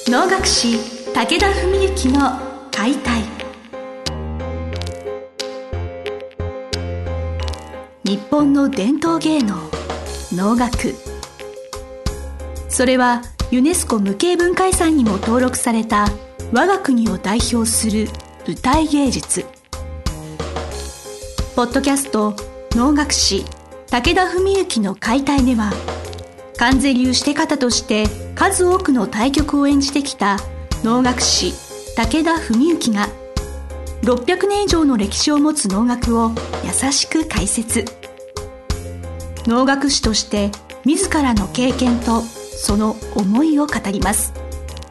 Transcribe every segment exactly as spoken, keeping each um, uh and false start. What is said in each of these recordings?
能楽師武田文幸の解体。日本の伝統芸能能楽、それはユネスコ無形文化遺産にも登録された我が国を代表する舞台芸術。ポッドキャスト能楽師武田文幸の解体では、観世流して方として数多くの大曲を演じてきた能楽師武田文幸がろっぴゃくねん以上の歴史を持つ能楽を優しく解説。能楽師として自らの経験とその思いを語ります。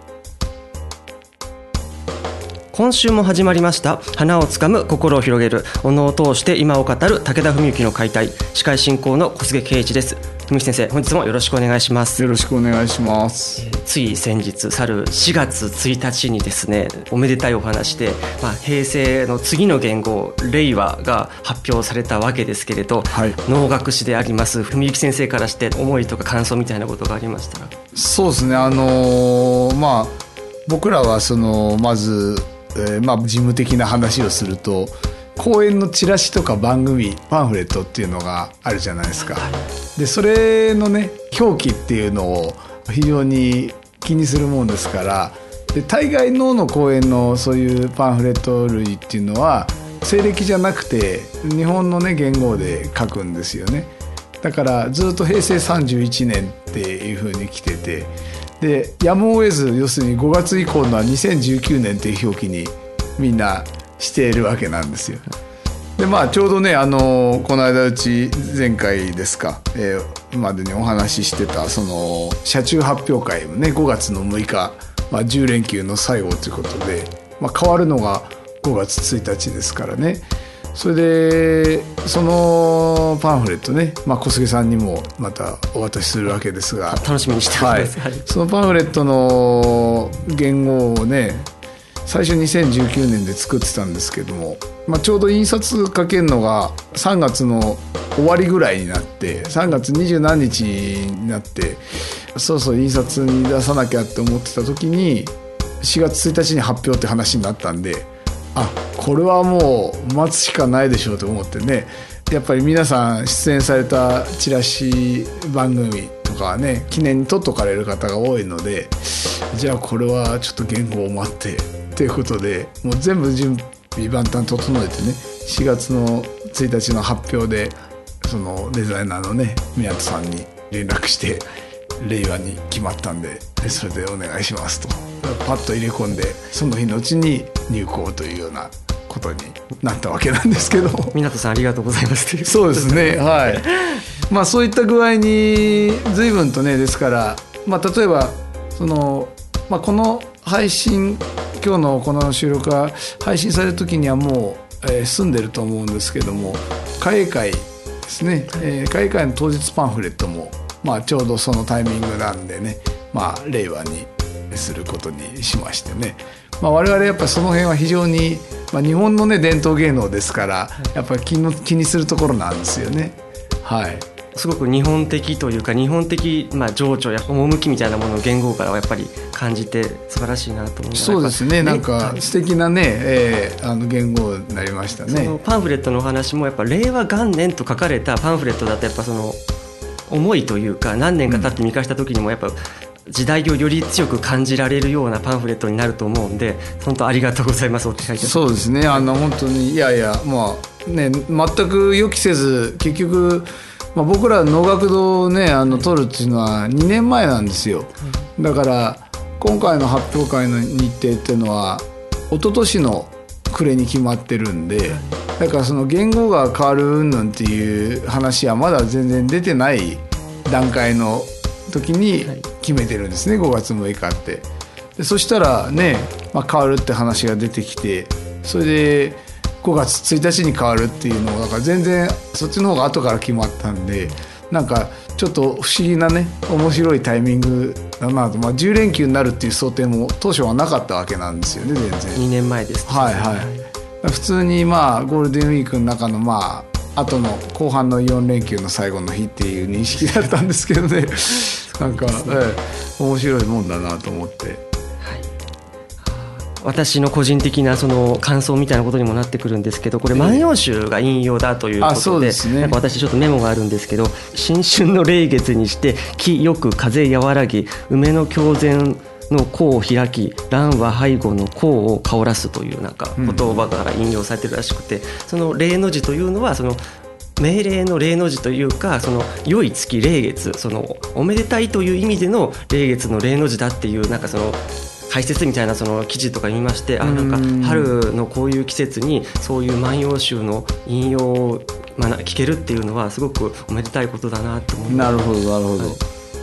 今週も始まりました花をつかむ心を広げる、お能を通して今を語る武田文幸の解体。司会進行の小菅圭一です。文幸先生、本日もよろしくお願いします。 よろしくお願いします。 えー、つい先日去るしがつついたちにですね、おめでたいお話で、まあ、平成の次の元号令和が発表されたわけですけれど、はい、能楽師であります文幸先生からして思いとか感想みたいなことがありましたら。 そうですね、あのー、まあ僕らはそのまずえーまあ、事務的な話をすると、公演のチラシとか番組パンフレットっていうのがあるじゃないですか。でそれのね表記っていうのを非常に気にするもんですから、で大概能の公演のそういうパンフレット類っていうのは西暦じゃなくて日本のね元号で書くんですよね。だからずっと平成さんじゅういちねんっていう風に来てて、でやむを得ず要するにごがつ以降のはにせんじゅうきゅうねんという表記にみんなしているわけなんですよ。でまあちょうどね、あのこの間うち前回ですか、えー、までにお話ししてたその車中発表会もねごがつのむいか、まあ、じゅう連休の最後ということで、まあ、変わるのがごがつついたちですからね。それでそのパンフレットね、まあ、小菅さんにもまたお渡しするわけですが、 楽しみにしてます、はい、 そのパンフレットの元号をね最初にせんじゅうきゅうねんで作ってたんですけども、まあ、ちょうど印刷かけるのがさんがつの終わりぐらいになって、さんがつにじゅうなんにちになって、そうそう印刷に出さなきゃって思ってた時にしがつついたちに発表って話になったんで、あ、これはもう待つしかないでしょうと思ってね、やっぱり皆さん出演されたチラシ番組とかはね記念に撮っとかれる方が多いので、じゃあこれはちょっと元号を待ってということで、もう全部準備万端整えてね、しがつのついたちの発表でそのデザイナーのね宮戸さんに連絡して令和に決まったんで、それでお願いしますとパッと入れ込んで、その日のうちに入稿というようなことになったわけなんですけど、 湊さんありがとうございますという。 そうですね、はい。まあそういった具合に随分とね、ですから、まあ、例えばその、まあ、この配信今日のこの収録が配信される時にはもう、えー、済んでると思うんですけども、会会ですね、えー、会会の当日パンフレットも、まあ、ちょうどそのタイミングなんでね、まあ、令和にすることにしましてね、まあ、我々やっぱりその辺は非常に、まあ、日本のね伝統芸能ですからやっぱり気の気にするところなんですよね。はい。 すごく日本的というか日本的、まあ、情緒や趣みたいなものを言語からはやっぱり感じて素晴らしいなと思います。 そうですね、なんか素敵なね、えー、あの言語になりましたね。 そのパンフレットのお話もやっぱ令和元年と書かれたパンフレットだとやっぱその思いというか何年か経って見返した時にもやっぱ時代をより強く感じられるようなパンフレットになると思うんで、本当ありがとうございますって書いてます。 そうですね、あの本当にいやいや、まあね、全く予期せず結局、まあ、僕ら能楽堂をねあの撮るっていうのはにねんまえなんですよ。だから今回の発表会の日程っていうのは一昨年の暮れに決まってるんで、だからその言語が変わる云々っていう話はまだ全然出てない段階の時に決めてるんですね、ごがつむいかって。でそしたらね、まあ、変わるって話が出てきて、それでごがつついたちに変わるっていうのをだから全然そっちの方が後から決まったんで、なんかちょっと不思議なね面白いタイミングだなと、まあ、じゅう連休になるっていう想定も当初はなかったわけなんですよね。全然にねんまえです、ね、 はいはい。普通にまあゴールデンウィークの中のまあ後の後半のよん連休の最後の日っていう認識だったんですけどねなんか、ええ、面白いもんだなと思って、 私の個人的なその感想みたいなことにもなってくるんですけど、これ万葉集が引用だということで、えー、なんか私ちょっとメモがあるんですけど、新春の霊月にして木よく風和らぎ、梅の狂前の甲を開き、蘭は背後の甲を香らすというなんか言葉から引用されてるらしくて、うん、その霊の字というのはその命令の霊の字というか、その良い月霊月、そのおめでたいという意味での霊月の霊の字だっていうなんかその解説みたいなその記事とか見まして、あ、なんか春のこういう季節にそういう万葉集の引用を聞けるっていうのはすごくおめでたいことだなと思います。 なるほどなるほど、はい、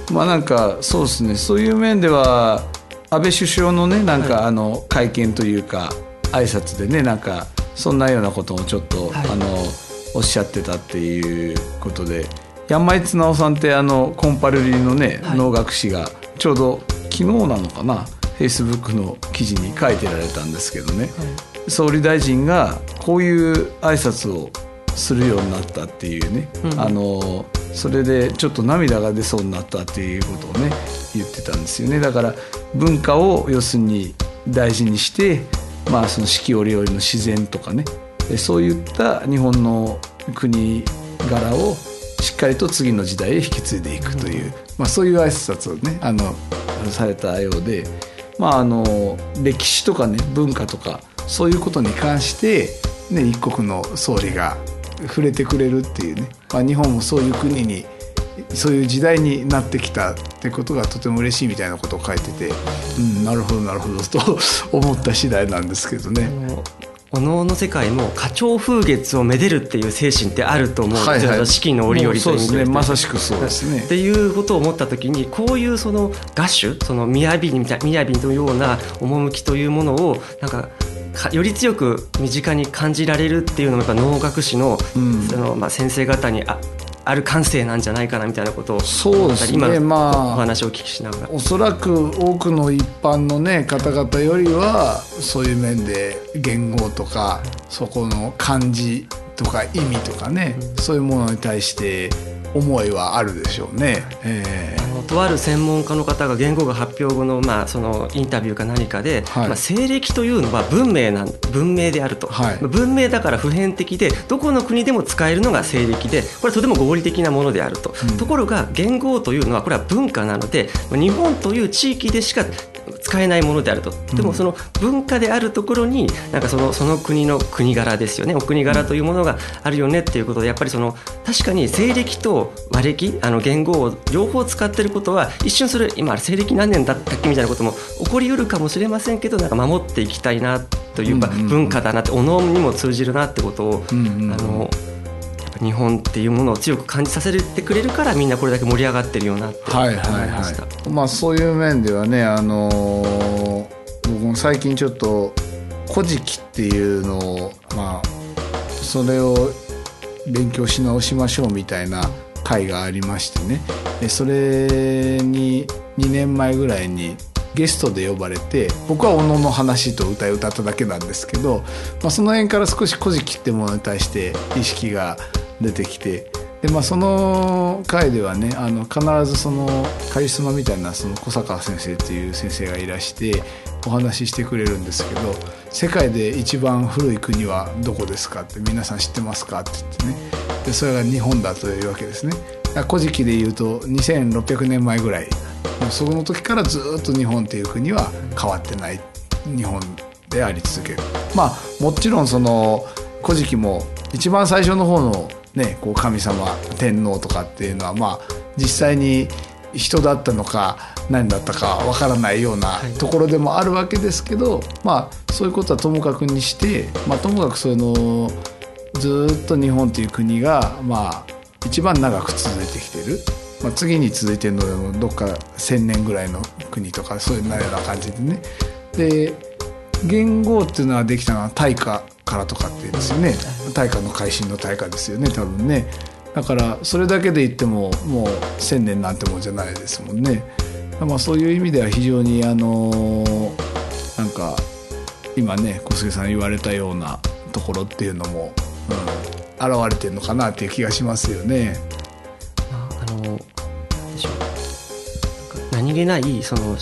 まあなんかそうですね、そういう面では安倍首相のねなんかあの会見というか挨拶でね、なんかそんなようなことをちょっと、はい、あのおっしゃってたっていうことで、山井綱夫さんってあのコンパルリのね、はい、能楽師がちょうど昨日なのかな、フェイスブックの記事に書いてられたんですけどね、はい、総理大臣がこういう挨拶をするようになったっていうね、うん、あのそれでちょっと涙が出そうになったっていうことをね言ってたんですよね。だから文化を要するに大事にして、まあ、その四季折々の自然とかね、そういった日本の国柄をしっかりと次の時代へ引き継いでいくという、うん、まあ、そういう挨拶をねあのされたようで、まあ、あの歴史とかね文化とかそういうことに関して、ね、一国の総理が触れてくれるっていうね、まあ、日本もそういう国にそういう時代になってきたってことがとても嬉しいみたいなことを書いてて、うん、なるほどなるほどと思った次第なんですけどね。 お能の世界も花鳥風月をめでるっていう精神ってあると思うんですよ、はいはい、四季の折々というそうですね、まさしくそうですねっていうことを思った時に、こういうその雅手、その雅みたい雅のような趣というものをなんかより強く身近に感じられるっていうのもやっぱ能楽師の、うん、そのまあ先生方にあある感性なんじゃないかなみたいなことを、 そうですね、 今のまあ、 お話をお聞きしながら、 おそらく多くの一般の、ね、方々よりはそういう面で言語とかそこの漢字とか意味とかね、うん、そういうものに対して思いはあるでしょうね、えー、 あのとある専門家の方が言語が発表後の、まあ、そのインタビューか何かで、はい、まあ、西暦というのは文明なん文明であると、はい、文明だから普遍的でどこの国でも使えるのが西暦で、これはとても合理的なものであると、うん、ところが言語というのはこれは文化なので日本という地域でしか使えないものであると。でもその文化であるところになんかその、その国の国柄ですよね、お国柄というものがあるよねっていうことで、やっぱりその確かに西暦と和暦、あの言語を両方使っていることは一瞬それ今西暦何年だったっけみたいなことも起こりうるかもしれませんけど、なんか守っていきたいなというか、文化だなって、お能にも通じるなってことを、うんうんうん、あの日本っていうものを強く感じさせてくれるからみんなこれだけ盛り上がってるよなって思いました。はいはいはい、 まあ、そういう面ではね、あのー、僕も最近ちょっと古事記っていうのを、まあ、それを勉強し直しましょうみたいな会がありましてね、でそれににねんまえぐらいにゲストで呼ばれて、僕はお能の話と歌い歌っただけなんですけど、まあ、その辺から少し古事記ってものに対して意識が出てきて、で、まあ、その回ではね、あの必ずそのカリスマみたいなその小坂先生っていう先生がいらしてお話ししてくれるんですけど、世界で一番古い国はどこですかって皆さん知ってますかって言ってね、でそれが日本だというわけですね。古事記でいうとにせんろっぴゃくねんまえぐらい、もうその時からずっと日本という国は変わってない日本であり続ける。まあもちろんその古事記も一番最初の方のね、こう神様天皇とかっていうのは、まあ実際に人だったのか何だったかわからないようなところでもあるわけですけど、はい、まあそういうことはともかくにして、まあともかくそのずっと日本という国がまあ一番長く続いてきている。まあ、次に続いてるのでもどっかせんねんぐらいの国とかそういうような感じでね。で元号っていうのはできたのは大化からとかっていうんですよね。大化の改新の大化ですよね、多分ね。だからそれだけで言ってももうせんねんなんてもんじゃないですもんね。まあ、そういう意味では非常にあのなんか今ね小菅さん言われたようなところっていうのも、うん、現れてるのかなっていう気がしますよね。 あの何気ないその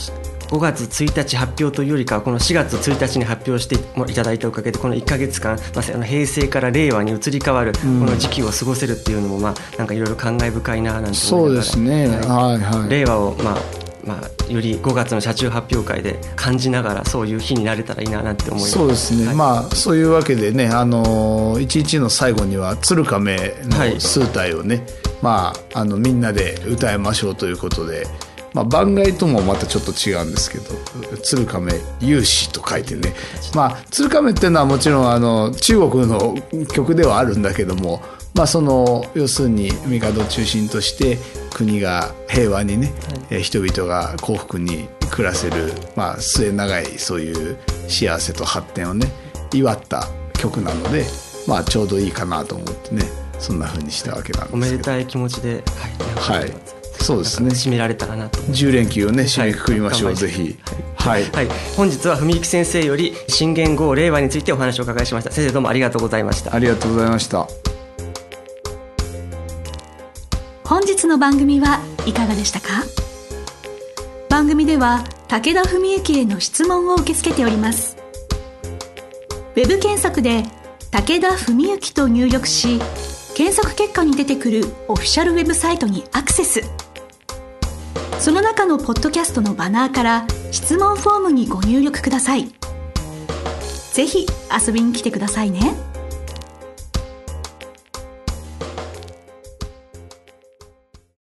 ごがつついたち発表というよりかはこのしがつついたちに発表していただいたおかげでこのいっかげつかん、まあ、平成から令和に移り変わるこの時期を過ごせるっていうのも、まあ、なんかいろいろ感慨深いななんて思いながら、 そうですね、はいはいはい、 令和を、まあまあ、よりごがつの車中発表会で感じながらそういう日になれたらいいななんて思います。 そうですね、はい、まあそういうわけでね、あのいちいちの最後には鶴亀の数体をね、はい、まあ、あのみんなで歌いましょうということで、まあ、番外ともまたちょっと違うんですけど、鶴亀勇士と書いてね、まあ、鶴亀っていうのはもちろんあの中国の曲ではあるんだけども、まあ、その要するに帝を中心として国が平和にね、はい、人々が幸福に暮らせる、まあ、末永いそういう幸せと発展をね祝った曲なので、まあ、ちょうどいいかなと思ってね、そんな風にしたわけなんですけど、 おめでたい気持ちで、 はい、はい、そうですね、 締められたらなと。 じゅう連休をね締めくくりましょう、はい、ぜひ、はい、 はいはい、本日は文幸先生より新元号令和についてお話をお伺いしました。先生どうもありがとうございました。 ありがとうございました。 本日の番組はいかがでしたか？番組では武田文幸への質問を受け付けております。ウェブ検索で武田文幸と入力し、検索結果に出てくるオフィシャルウェブサイトにアクセス。その中のポッドキャストのバナーから質問フォームにご入力ください。ぜひ遊びに来てくださいね。